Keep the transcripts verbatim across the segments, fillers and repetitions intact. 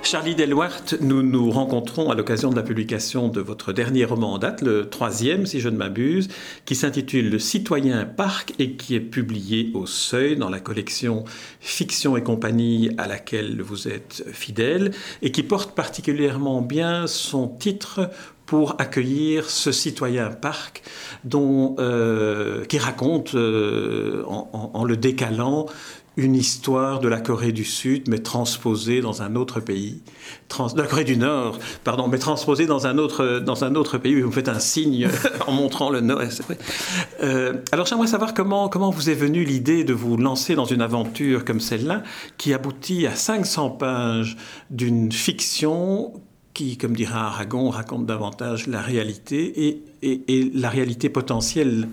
Charlie Delouart, nous nous rencontrons à l'occasion de la publication de votre dernier roman en date, le troisième si je ne m'abuse, qui s'intitule Le Citoyen Parc et qui est publié au Seuil dans la collection Fiction et compagnie à laquelle vous êtes fidèle et qui porte particulièrement bien son titre pour accueillir ce citoyen parc dont, euh, qui raconte euh, en, en, en le décalant une histoire de la Corée du Sud, mais transposée dans un autre pays. Trans... De la Corée du Nord, pardon, mais transposée dans un autre, dans un autre pays. Vous me faites un signe en montrant le Nord. C'est vrai. Euh, alors j'aimerais savoir comment, comment vous est venue l'idée de vous lancer dans une aventure comme celle-là, qui aboutit à cinq cents pages d'une fiction qui, comme dira Aragon, raconte davantage la réalité et, et, et la réalité potentielle.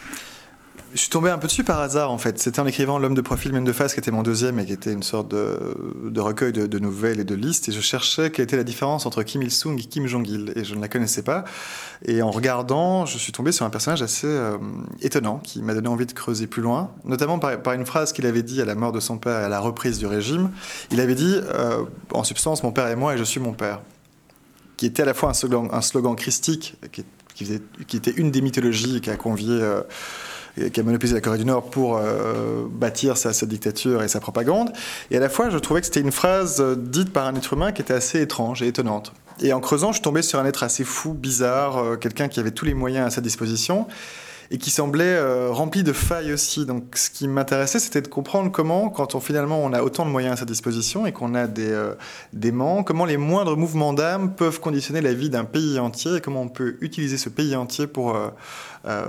Je suis tombé un peu dessus par hasard, en fait. C'était en écrivant L'homme de profil, même de face, qui était mon deuxième et qui était une sorte de, de recueil de, de nouvelles et de listes. Et je cherchais quelle était la différence entre Kim Il-sung et Kim Jong-il. Et je ne la connaissais pas. Et en regardant, je suis tombé sur un personnage assez euh, étonnant qui m'a donné envie de creuser plus loin, notamment par, par une phrase qu'il avait dit à la mort de son père et à la reprise du régime. Il avait dit, euh, en substance, mon père est moi et je suis mon père. Qui était à la fois un slogan, un slogan christique, qui, qui, faisait, qui était une des mythologies qui a convié... Euh, qui a monopolisé la Corée du Nord pour euh, bâtir sa, sa dictature et sa propagande. Et à la fois, je trouvais que c'était une phrase dite par un être humain qui était assez étrange et étonnante. Et en creusant, je suis tombé sur un être assez fou, bizarre, euh, quelqu'un qui avait tous les moyens à sa disposition et qui semblait euh, rempli de failles aussi. Donc ce qui m'intéressait, c'était de comprendre comment, quand on, finalement on a autant de moyens à sa disposition et qu'on a des euh, démons, comment les moindres mouvements d'âme peuvent conditionner la vie d'un pays entier et comment on peut utiliser ce pays entier pour euh, euh,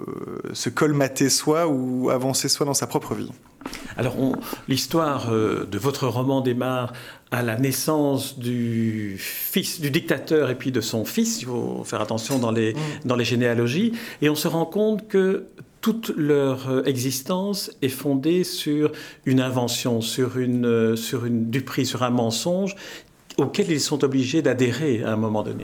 se colmater soi ou avancer soi dans sa propre vie. Alors, on, l'histoire euh, de votre roman démarre à la naissance du fils du dictateur et puis de son fils. Il faut faire attention dans les, mmh. dans les généalogies. Et on se rend compte que toute leur existence est fondée sur une invention, sur une, sur une duperie, sur un mensonge auquel ils sont obligés d'adhérer à un moment donné.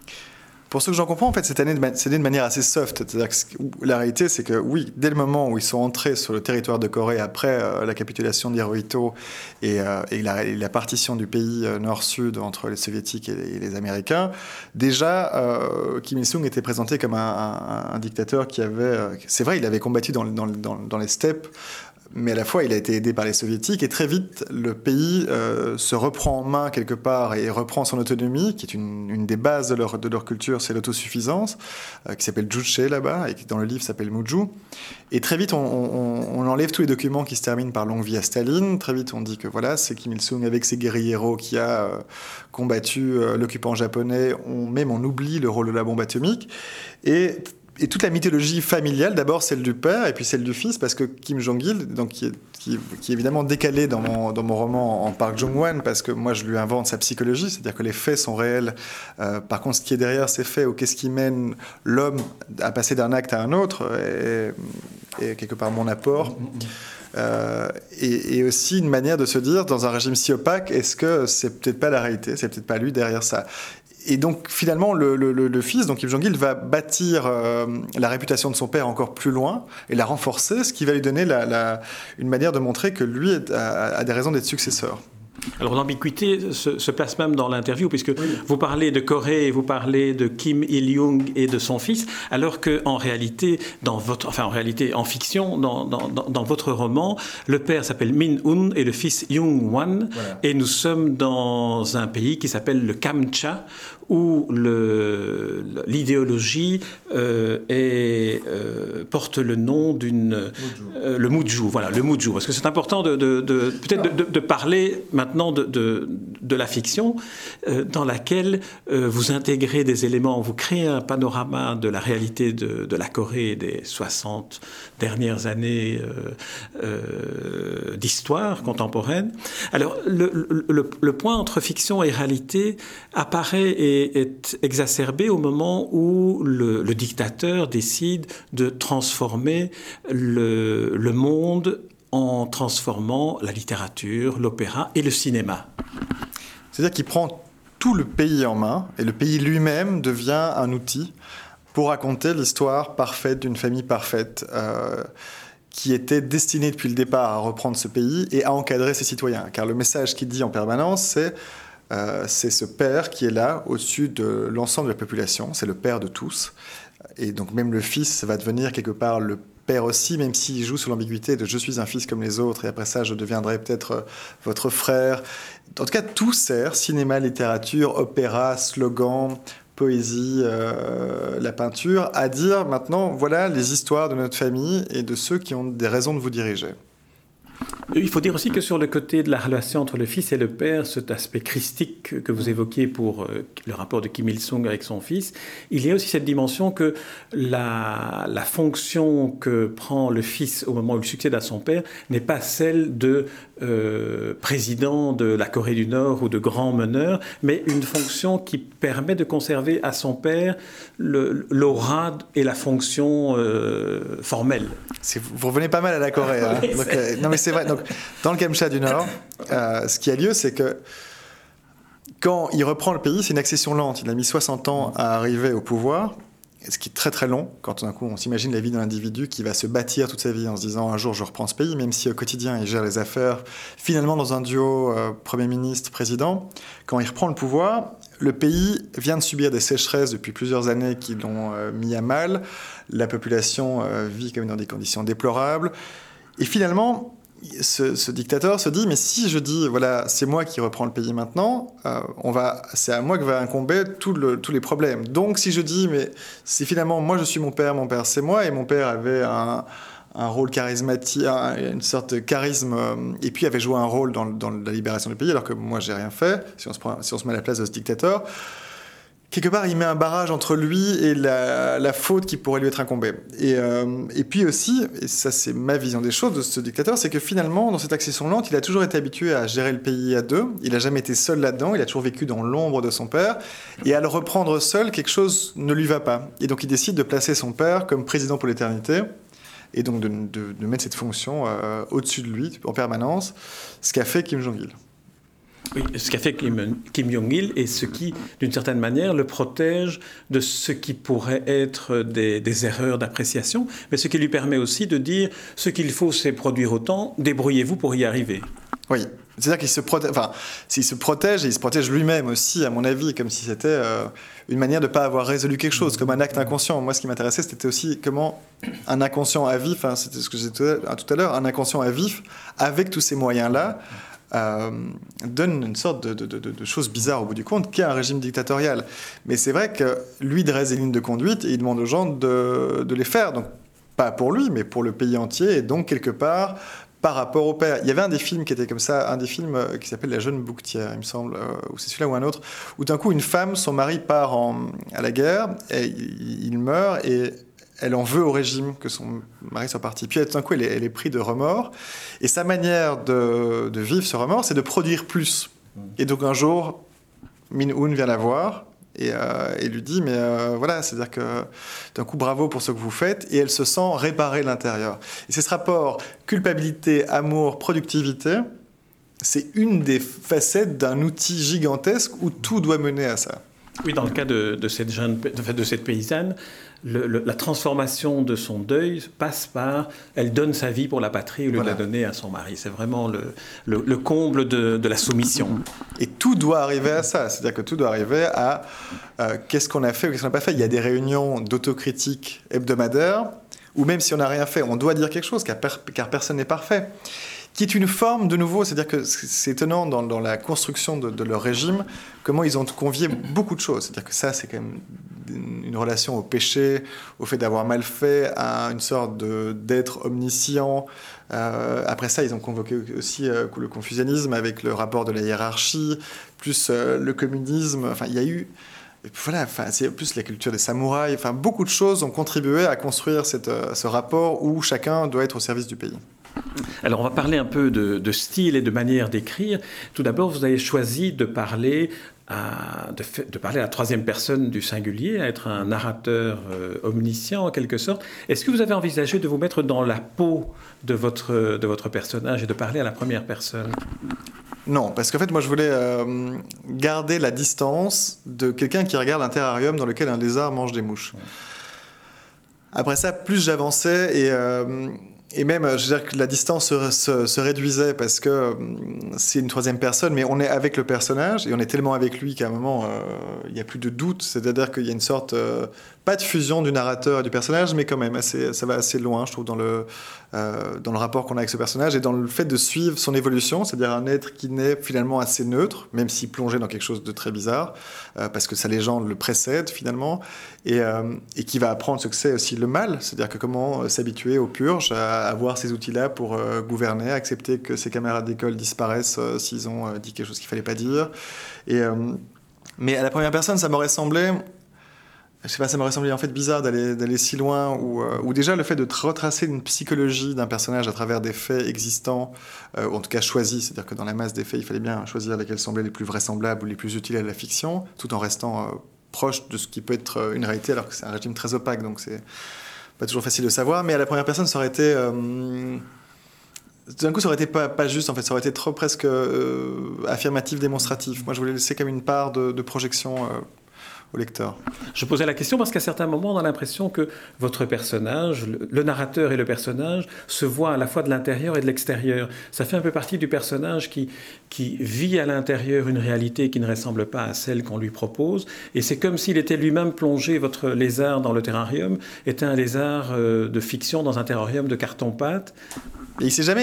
Pour ce que j'en comprends, en fait, c'est né de manière assez soft. C'est-à-dire que la réalité, c'est que oui, dès le moment où ils sont entrés sur le territoire de Corée après euh, la capitulation d'Hirohito et, euh, et, la, et la partition du pays euh, nord-sud entre les soviétiques et les, et les américains, déjà, euh, Kim Il-sung était présenté comme un, un, un dictateur qui avait... Euh, c'est vrai, il avait combattu dans, dans, dans, dans les steppes, mais à la fois, il a été aidé par les soviétiques et très vite, le pays euh, se reprend en main quelque part et reprend son autonomie, qui est une, une des bases de leur, de leur culture, c'est l'autosuffisance, euh, qui s'appelle Juche là-bas et qui dans le livre s'appelle Muju. Et très vite, on, on, on enlève tous les documents qui se terminent par longue vie à Staline. Très vite, on dit que voilà, c'est Kim Il-sung avec ses guerrilleros qui a euh, combattu euh, l'occupant japonais. On, même on oublie le rôle de la bombe atomique. Et Et toute la mythologie familiale, d'abord celle du père et puis celle du fils, parce que Kim Jong-il, donc qui est, qui, qui est évidemment décalé dans mon, dans mon roman en Park Jong-won, parce que moi je lui invente sa psychologie, c'est-à-dire que les faits sont réels. Euh, par contre, ce qui est derrière ces faits, ou qu'est-ce qui mène l'homme à passer d'un acte à un autre, est, est quelque part mon apport. Euh, et, et aussi une manière de se dire, dans un régime si opaque, est-ce que c'est peut-être pas la réalité, c'est peut-être pas lui derrière ça. Et donc, finalement, le, le, le fils, donc Kim Jong-il, va bâtir euh, la réputation de son père encore plus loin et la renforcer, ce qui va lui donner la, la, une manière de montrer que lui a, a des raisons d'être successeur. Alors l'ambiguïté se, se place même dans l'interview, puisque oui. vous parlez de Corée, vous parlez de Kim Il-jung et de son fils, alors qu'en réalité, dans votre, enfin en réalité, en fiction, dans, dans, dans votre roman, le père s'appelle Min-un et le fils Jung-wan, voilà. Et nous sommes dans un pays qui s'appelle le Kamcha, où le, l'idéologie euh, est, euh, porte le nom d'une... Euh, le Muju, voilà, le Muju. Parce que c'est important de, de, de, peut-être de, de, de parler maintenant de, de, de la fiction euh, dans laquelle euh, vous intégrez des éléments, vous créez un panorama de la réalité de, de la Corée des soixante dernières années euh, euh, d'histoire contemporaine. Alors, le, le, le point entre fiction et réalité apparaît et est exacerbé au moment où le, le dictateur décide de transformer le, le monde en transformant la littérature, l'opéra et le cinéma. C'est-à-dire qu'il prend tout le pays en main et le pays lui-même devient un outil pour raconter l'histoire parfaite d'une famille parfaite euh, qui était destinée depuis le départ à reprendre ce pays et à encadrer ses citoyens. Car le message qu'il dit en permanence, c'est Euh, c'est ce père qui est là, au-dessus de l'ensemble de la population. C'est le père de tous. Et donc même le fils va devenir quelque part le père aussi, même s'il joue sur l'ambiguïté de « je suis un fils comme les autres et après ça je deviendrai peut-être votre frère ». En tout cas, tout sert, cinéma, littérature, opéra, slogan, poésie, euh, la peinture, à dire maintenant, voilà les histoires de notre famille et de ceux qui ont des raisons de vous diriger. Il faut dire aussi que sur le côté de la relation entre le fils et le père, cet aspect christique que vous évoquiez pour euh, le rapport de Kim Il-sung avec son fils, il y a aussi cette dimension que la, la fonction que prend le fils au moment où il succède à son père n'est pas celle de euh, président de la Corée du Nord ou de grand meneur, mais une fonction qui permet de conserver à son père le, l'aura et la fonction euh, formelle. C'est, vous revenez pas mal à la Corée. Hein. Oui, donc, euh, non mais c'est vrai. Donc, dans le Kamcha du Nord, euh, ce qui a lieu, c'est que quand il reprend le pays, c'est une accession lente. Il a mis soixante ans à arriver au pouvoir, ce qui est très très long. Quand tout d'un coup, on s'imagine la vie d'un individu qui va se bâtir toute sa vie en se disant un jour je reprends ce pays, même si au quotidien il gère les affaires. Finalement, dans un duo euh, Premier ministre-président, quand il reprend le pouvoir, le pays vient de subir des sécheresses depuis plusieurs années qui l'ont euh, mis à mal. La population euh, vit comme dans des conditions déplorables. Et finalement, ce, ce dictateur se dit, mais si je dis, voilà, c'est moi qui reprends le pays maintenant, euh, on va, c'est à moi que va incomber tout le, tous les problèmes. Donc si je dis, mais c'est finalement, moi je suis mon père, mon père c'est moi, et mon père avait un, un rôle charismatique, une sorte de charisme, et puis avait joué un rôle dans, dans la libération du pays, alors que moi j'ai rien fait, si on se, prend, si on se met à la place de ce dictateur, quelque part, il met un barrage entre lui et la, la faute qui pourrait lui être incombée. Et, euh, et puis aussi, et ça c'est ma vision des choses de ce dictateur, c'est que finalement, dans cette accession lente, il a toujours été habitué à gérer le pays à deux. Il n'a jamais été seul là-dedans. Il a toujours vécu dans l'ombre de son père. Et à le reprendre seul, quelque chose ne lui va pas. Et donc il décide de placer son père comme président pour l'éternité. Et donc de, de, de mettre cette fonction euh, au-dessus de lui en permanence, ce qu'a fait Kim Jong-il. Oui, ce qu'a fait Kim, Kim Jong-il et ce qui, d'une certaine manière, le protège de ce qui pourrait être des, des erreurs d'appréciation, mais ce qui lui permet aussi de dire ce qu'il faut, c'est produire autant, débrouillez-vous pour y arriver. Oui, c'est-à-dire qu'il se protège, enfin, s'il se protège, et il se protège lui-même aussi, à mon avis, comme si c'était euh, une manière de ne pas avoir résolu quelque chose, comme un acte inconscient. Moi, ce qui m'intéressait, c'était aussi comment un inconscient à vif, hein, c'était ce que je disais tout à l'heure, un inconscient à vif, avec tous ces moyens-là, Euh, donne une sorte de, de, de, de chose bizarre au bout du compte, qui est un régime dictatorial. Mais c'est vrai que lui dresse des lignes de conduite et il demande aux gens de, de les faire. Donc, pas pour lui, mais pour le pays entier. Et donc, quelque part, par rapport au père. Il y avait un des films qui était comme ça, un des films qui s'appelle La jeune bouquetière, il me semble, ou c'est celui-là ou un autre, où d'un coup, une femme, son mari part en, à la guerre, et il, il meurt, et elle en veut au régime que son mari soit parti. Puis tout d'un coup, elle est, elle est prise de remords. Et sa manière de, de vivre ce remords, c'est de produire plus. Et donc un jour, Min-hoon vient la voir et, euh, et lui dit, mais euh, voilà, c'est-à-dire que d'un coup, bravo pour ce que vous faites. Et elle se sent réparée de l'intérieur. Et c'est ce rapport culpabilité, amour, productivité, c'est une des facettes d'un outil gigantesque où tout doit mener à ça. Oui, dans le cas de, de, cette, jeune, de, de cette paysanne, le, le, la transformation de son deuil passe par... Elle donne sa vie pour la patrie au lieu voilà. de la donner à son mari. C'est vraiment le, le, le comble de, de la soumission. Et tout doit arriver à ça. C'est-à-dire que tout doit arriver à euh, qu'est-ce qu'on a fait ou qu'est-ce qu'on n'a pas fait. Il y a des réunions d'autocritique hebdomadaires où même si on n'a rien fait, on doit dire quelque chose car, per, car personne n'est parfait. Qui est une forme de nouveau, c'est-à-dire que c'est étonnant dans, dans la construction de, de leur régime, comment ils ont convié beaucoup de choses. C'est-à-dire que ça, c'est quand même une relation au péché, au fait d'avoir mal fait, à une sorte de, d'être omniscient. Euh, après ça, ils ont convoqué aussi euh, le confucianisme avec le rapport de la hiérarchie, plus euh, le communisme. Enfin, il y a eu... Voilà, enfin, c'est plus la culture des samouraïs. Enfin, beaucoup de choses ont contribué à construire cette, euh, ce rapport où chacun doit être au service du pays. Alors, on va parler un peu de, de style et de manière d'écrire. Tout d'abord, vous avez choisi de parler à, de, de parler à la troisième personne du singulier, à être un narrateur euh, omniscient en quelque sorte. Est-ce que vous avez envisagé de vous mettre dans la peau de votre, de votre personnage et de parler à la première personne ? Non, parce qu'en fait, moi, je voulais euh, garder la distance de quelqu'un qui regarde un terrarium dans lequel un lézard mange des mouches. Après ça, plus j'avançais et... Euh, Et même, je veux dire que la distance se, se, se réduisait parce que euh, c'est une troisième personne, mais on est avec le personnage et on est tellement avec lui qu'à un moment, euh, il n'y a plus de doute. C'est-à-dire qu'il y a une sorte, euh, pas de fusion du narrateur et du personnage, mais quand même, assez, ça va assez loin, je trouve, dans le, euh, dans le rapport qu'on a avec ce personnage et dans le fait de suivre son évolution, c'est-à-dire un être qui naît finalement assez neutre, même s'il plongeait dans quelque chose de très bizarre, euh, parce que sa légende le précède finalement, et, euh, et qui va apprendre ce que c'est aussi le mal, c'est-à-dire que comment euh, s'habituer aux purges, à avoir ces outils-là pour euh, gouverner, accepter que ses camarades d'école disparaissent euh, s'ils ont euh, dit quelque chose qu'il fallait pas dire. Et, euh, mais à la première personne, ça m'aurait semblé, je sais pas, ça m'aurait semblé en fait bizarre d'aller, d'aller si loin, ou euh, ou déjà le fait de retracer une psychologie d'un personnage à travers des faits existants, euh, ou en tout cas choisis, c'est-à-dire que dans la masse des faits, il fallait bien choisir lesquels semblaient les plus vraisemblables ou les plus utiles à la fiction, tout en restant euh, proche de ce qui peut être une réalité, alors que c'est un régime très opaque, donc c'est pas toujours facile de savoir, mais à la première personne, ça aurait été... Euh, d'un coup, ça aurait été pas, pas juste, en fait, ça aurait été trop presque euh, affirmatif, démonstratif. Moi, je voulais laisser comme une part de, de projection euh, au lecteur. Je posais la question parce qu'à certains moments, on a l'impression que votre personnage, le, le narrateur et le personnage, se voient à la fois de l'intérieur et de l'extérieur. Ça fait un peu partie du personnage qui, qui vit à l'intérieur une réalité qui ne ressemble pas à celle qu'on lui propose. Et c'est comme s'il était lui-même plongé, votre lézard dans le terrarium, était un lézard euh, de fiction dans un terrarium de carton-pâte. Et il sait jamais,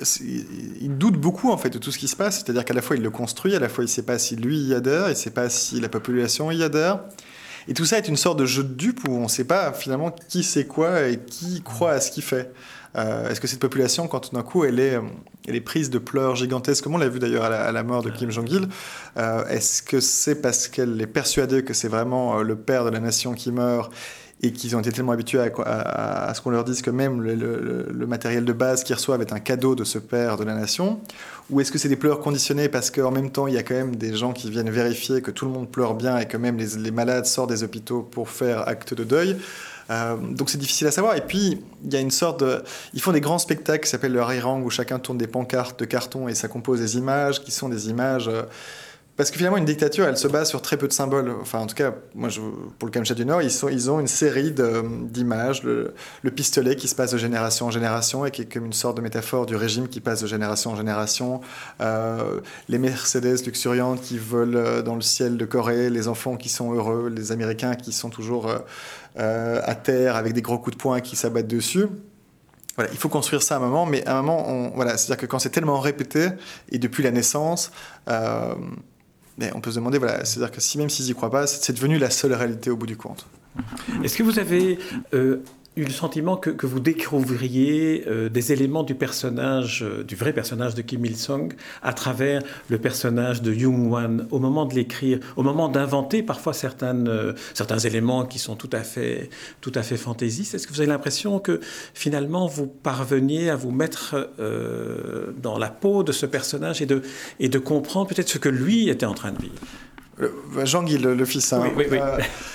il doute beaucoup en fait de tout ce qui se passe, c'est-à-dire qu'à la fois il le construit, à la fois il ne sait pas si lui y adhère, il ne sait pas si la population y adhère. Et tout ça est une sorte de jeu de dupes où on ne sait pas finalement qui sait quoi et qui croit à ce qu'il fait. Euh, est-ce que cette population, quand tout d'un coup elle est, elle est prise de pleurs gigantesques, comme on l'a vu d'ailleurs à la, à la mort de Kim Jong-il, euh, est-ce que c'est parce qu'elle est persuadée que c'est vraiment le père de la nation qui meurt et qu'ils ont été tellement habitués à, à, à ce qu'on leur dise que même le, le, le matériel de base qu'ils reçoivent est un cadeau de ce père de la nation? Ou est-ce que c'est des pleurs conditionnés parce qu'en même temps, il y a quand même des gens qui viennent vérifier que tout le monde pleure bien et que même les, les malades sortent des hôpitaux pour faire acte de deuil? Euh, donc c'est difficile à savoir. Et puis, il y a une sorte de... Ils font des grands spectacles qui s'appellent le Harirang, où chacun tourne des pancartes de carton et ça compose des images qui sont des images... Euh, Parce que finalement, une dictature, elle se base sur très peu de symboles. Enfin, en tout cas, moi, je, pour le Kamchatka du Nord, ils, sont, ils ont une série de, d'images. Le, le pistolet qui se passe de génération en génération et qui est comme une sorte de métaphore du régime qui passe de génération en génération. Euh, les Mercedes luxuriantes qui volent dans le ciel de Corée, les enfants qui sont heureux, les Américains qui sont toujours euh, à terre avec des gros coups de poing qui s'abattent dessus. Voilà, il faut construire ça à un moment, mais à un moment, on, voilà, c'est-à-dire que quand c'est tellement répété, et depuis la naissance... Euh, Mais on peut se demander, voilà, c'est-à-dire que si même s'ils n'y croient pas, c'est devenu la seule réalité au bout du compte. Est-ce que vous avez euh, eu le sentiment que, que vous découvriez euh, des éléments du personnage, euh, du vrai personnage de Kim Il-sung, à travers le personnage de Jung-hwan, au moment de l'écrire, au moment d'inventer parfois certaines, euh, certains éléments qui sont tout à fait, tout à fait fantaisistes? Est-ce que vous avez l'impression que finalement vous parveniez à vous mettre euh, dans la peau de ce personnage et de, et de comprendre peut-être ce que lui était en train de vivre? euh, Jean-Guy, le, le fils, hein, oui, oui, oui. Euh,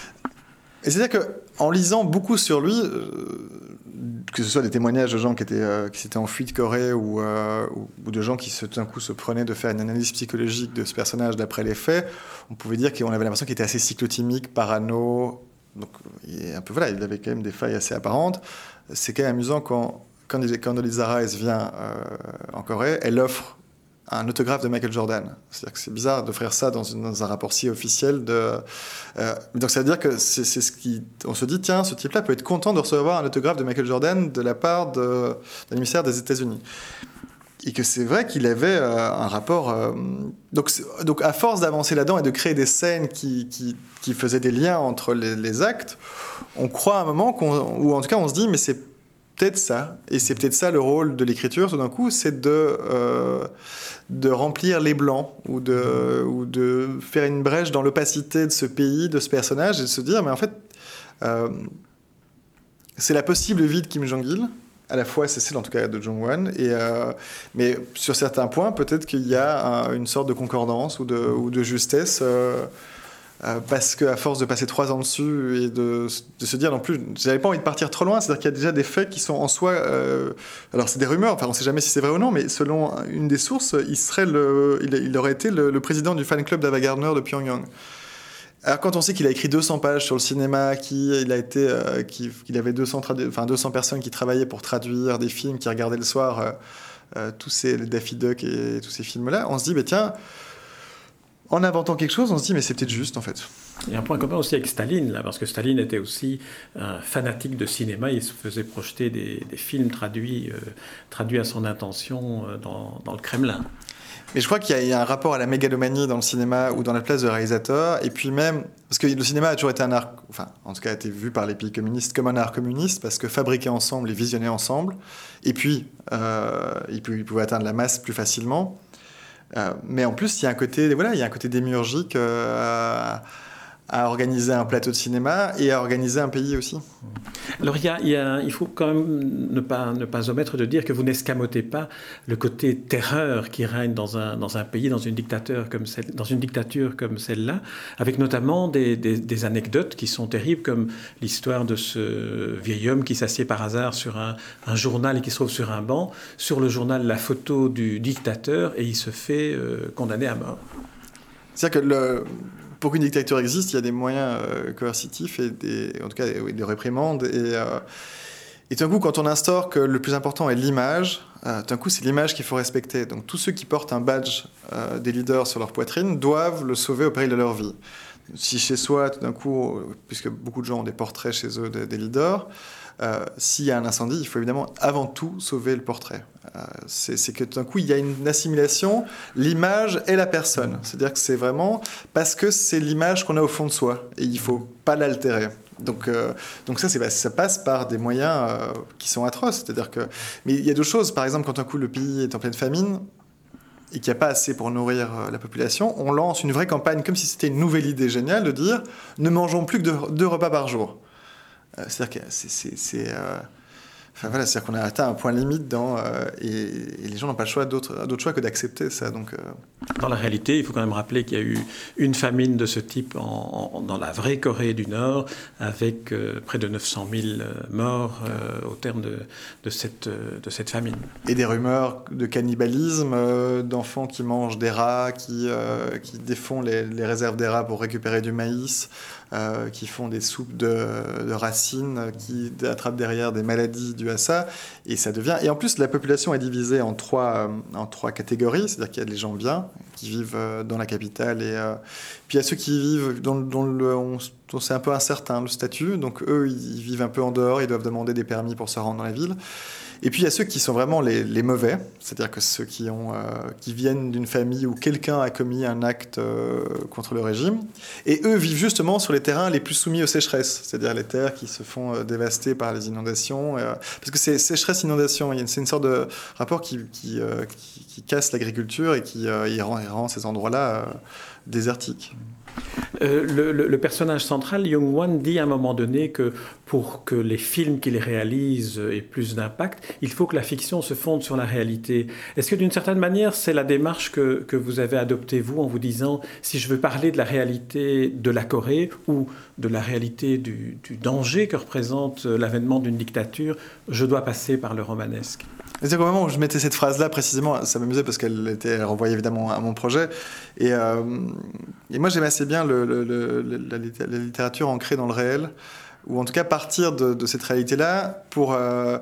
et c'est-à-dire qu'en lisant beaucoup sur lui, euh, que ce soit des témoignages de gens qui, étaient, euh, qui s'étaient enfuis de Corée ou, euh, ou, ou de gens qui se, tout d'un coup se prenaient de faire une analyse psychologique de ce personnage d'après les faits, on pouvait dire qu'on avait l'impression qu'il était assez cyclotimique, parano, donc il, un peu, voilà, il avait quand même des failles assez apparentes. C'est quand même amusant quand, quand, quand Condoleezza Rice vient euh, en Corée, elle offre un autographe de Michael Jordan. C'est-à-dire que c'est bizarre d'offrir ça dans, une, dans un rapport si officiel. De, euh, donc ça veut dire que c'est, c'est ce qui... On se dit, tiens, ce type-là peut être content de recevoir un autographe de Michael Jordan de la part de, d'un émissaire des États-Unis. Et que c'est vrai qu'il avait euh, un rapport... Euh, donc, donc à force d'avancer là-dedans et de créer des scènes qui, qui, qui faisaient des liens entre les, les actes, on croit à un moment qu'on, où en tout cas on se dit, mais c'est peut-être ça, et c'est peut-être ça le rôle de l'écriture, tout d'un coup, c'est de, euh, de remplir les blancs, ou de, ou de faire une brèche dans l'opacité de ce pays, de ce personnage, et de se dire, mais en fait, euh, c'est la possible vie de Kim Jong-il, à la fois c'est celle en tout cas de Jong-hwan, et, euh, mais sur certains points, peut-être qu'il y a un, une sorte de concordance, ou de, ou de justesse, euh, Euh, parce qu'à force de passer trois ans dessus et de, de se dire non plus, j'avais pas envie de partir trop loin, c'est-à-dire qu'il y a déjà des faits qui sont en soi, euh, alors c'est des rumeurs, enfin on sait jamais si c'est vrai ou non, mais selon une des sources, il serait le, il, il aurait été le, le président du fan club d'Ava Gardner de Pyongyang. Alors quand on sait qu'il a écrit deux cents pages sur le cinéma, qu'il a été, euh, qu'il, qu'il avait deux cents, tradu- enfin, deux cents personnes qui travaillaient pour traduire des films, qui regardaient le soir euh, euh, tous ces Daffy Duck et tous ces films-là, on se dit, bah, tiens, en inventant quelque chose, on se dit, mais c'est peut-être juste en fait. Il y a un point commun aussi avec Staline, là, parce que Staline était aussi un fanatique de cinéma. Il se faisait projeter des, des films traduits, euh, traduits à son intention euh, dans, dans le Kremlin. Mais je crois qu'il y a, il y a un rapport à la mégalomanie dans le cinéma ou dans la place de réalisateur. Et puis même, parce que le cinéma a toujours été un art, enfin, en tout cas, a été vu par les pays communistes comme un art communiste, parce que fabriqué ensemble et visionné ensemble. Et puis, euh, il pouvait atteindre la masse plus facilement. Euh, mais en plus, il y a un côté, voilà, il y a un côté démiurgique euh, à, à organiser un plateau de cinéma et à organiser un pays aussi. Alors, il, y a, il, y a, il faut quand même ne pas, ne pas omettre de dire que vous n'escamotez pas le côté terreur qui règne dans un, dans un pays, dans une dictature comme, celle, dans une dictature comme celle-là, avec notamment des, des, des anecdotes qui sont terribles, comme l'histoire de ce vieil homme qui s'assied par hasard sur un, un journal et qui se trouve sur un banc. Sur le journal, la photo du dictateur, et il se fait euh, condamner à mort. C'est-à-dire que le... pour qu'une dictature existe, il y a des moyens euh, coercitifs et des, en tout cas des, des réprimandes. Et, euh, et tout d'un coup, quand on instaure que le plus important est l'image, euh, tout d'un coup, c'est l'image qu'il faut respecter. Donc tous ceux qui portent un badge euh, des leaders sur leur poitrine doivent le sauver au péril de leur vie. Si chez soi, tout d'un coup, puisque beaucoup de gens ont des portraits chez eux des, des leaders, euh, s'il y a un incendie, il faut évidemment avant tout sauver le portrait. Euh, c'est, c'est que tout d'un coup, il y a une assimilation, l'image et la personne. C'est-à-dire que c'est vraiment parce que c'est l'image qu'on a au fond de soi et il ne faut pas l'altérer. Donc, euh, donc ça, c'est, ça passe par des moyens euh, qui sont atroces. C'est-à-dire que... Mais il y a d'autres choses. Par exemple, quand tout d'un coup, le pays est en pleine famine, et qu'il n'y a pas assez pour nourrir la population, on lance une vraie campagne, comme si c'était une nouvelle idée géniale, de dire « ne mangeons plus que deux, deux repas par jour euh, ». C'est-à-dire que c'est... c'est, c'est euh... Enfin, voilà, c'est-à-dire qu'on a atteint un point limite dans, euh, et, et les gens n'ont pas le choix d'autre, d'autre choix que d'accepter ça. Donc, euh... Dans la réalité, il faut quand même rappeler qu'il y a eu une famine de ce type en, en, dans la vraie Corée du Nord, avec euh, près de neuf cent mille morts euh, au terme de, de, cette, de cette famine. Et des rumeurs de cannibalisme, euh, d'enfants qui mangent des rats, qui, euh, qui défont les, les réserves des rats pour récupérer du maïs, euh, qui font des soupes de, de racines, qui attrapent derrière des maladies dues à ça. Et ça devient... Et en plus, la population est divisée en trois, euh, en trois catégories. C'est-à-dire qu'il y a des gens bien, qui vivent euh, dans la capitale. Et, euh, puis il y a ceux qui vivent dont, dont, le, on, dont c'est un peu incertain, le statut. Donc eux, ils vivent un peu en dehors. Ils doivent demander des permis pour se rendre dans la ville. Et puis il y a ceux qui sont vraiment les, les mauvais, c'est-à-dire que ceux qui, ont, euh, qui viennent d'une famille où quelqu'un a commis un acte euh, contre le régime. Et eux vivent justement sur les terrains les plus soumis aux sécheresses, c'est-à-dire les terres qui se font euh, dévaster par les inondations. Euh, parce que c'est sécheresse-inondation, c'est une sorte de rapport qui, qui, euh, qui, qui casse l'agriculture et qui euh, il rend, il rend ces endroits-là euh, désertiques. Euh, le, le, le personnage central, Young-won, dit à un moment donné que pour que les films qu'il réalise aient plus d'impact, il faut que la fiction se fonde sur la réalité. Est-ce que d'une certaine manière, c'est la démarche que, que vous avez adoptée, vous, en vous disant, si je veux parler de la réalité de la Corée ou de la réalité du, du danger que représente l'avènement d'une dictature, je dois passer par le romanesque? C'est au moment où je mettais cette phrase-là, précisément, ça m'amusait parce qu'elle était renvoyée évidemment à mon projet. Et, euh, et moi, j'aimais assez bien le, le, le, la, la littérature ancrée dans le réel, ou en tout cas partir de, de cette réalité-là pour... Euh...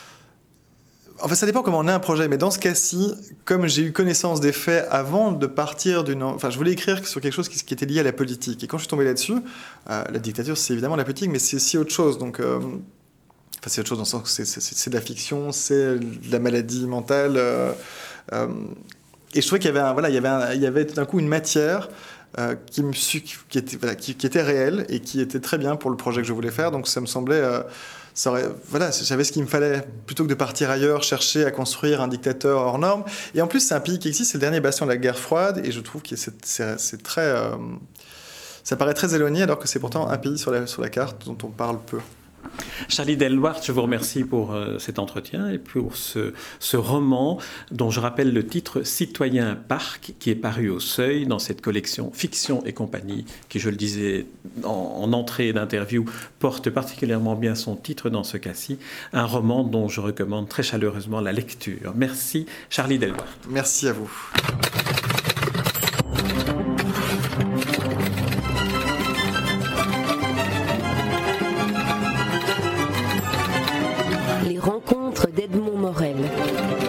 Enfin, ça dépend comment on est un projet, mais dans ce cas-ci, comme j'ai eu connaissance des faits avant de partir d'une... Enfin, je voulais écrire sur quelque chose qui, qui était lié à la politique. Et quand je suis tombé là-dessus, euh, la dictature, c'est évidemment la politique, mais c'est aussi autre chose. Donc... Euh... Enfin, c'est autre chose dans le sens que c'est, c'est, c'est de la fiction, c'est de la maladie mentale. Euh, euh, et je trouvais qu'il y avait, un, voilà, il y avait, un, il y avait tout d'un coup une matière euh, qui, me, qui, était, voilà, qui, qui était réelle et qui était très bien pour le projet que je voulais faire. Donc ça me semblait... Euh, ça aurait, voilà, j'avais ce qu'il me fallait. Plutôt que de partir ailleurs, chercher à construire un dictateur hors norme. Et en plus, c'est un pays qui existe, c'est le dernier bastion de la guerre froide. Et je trouve que c'est, c'est, c'est très... Euh, ça paraît très éloigné alors que c'est pourtant un pays sur la, sur la carte dont on parle peu. Charlie Delwart, je vous remercie pour euh, cet entretien et pour ce, ce roman dont je rappelle le titre Citoyen Parc, qui est paru au Seuil dans cette collection Fiction et compagnie, qui, je le disais en, en entrée d'interview, porte particulièrement bien son titre dans ce cas-ci, un roman dont je recommande très chaleureusement la lecture. Merci Charlie Delwart. Merci à vous. Les rencontres d'Edmond Morel.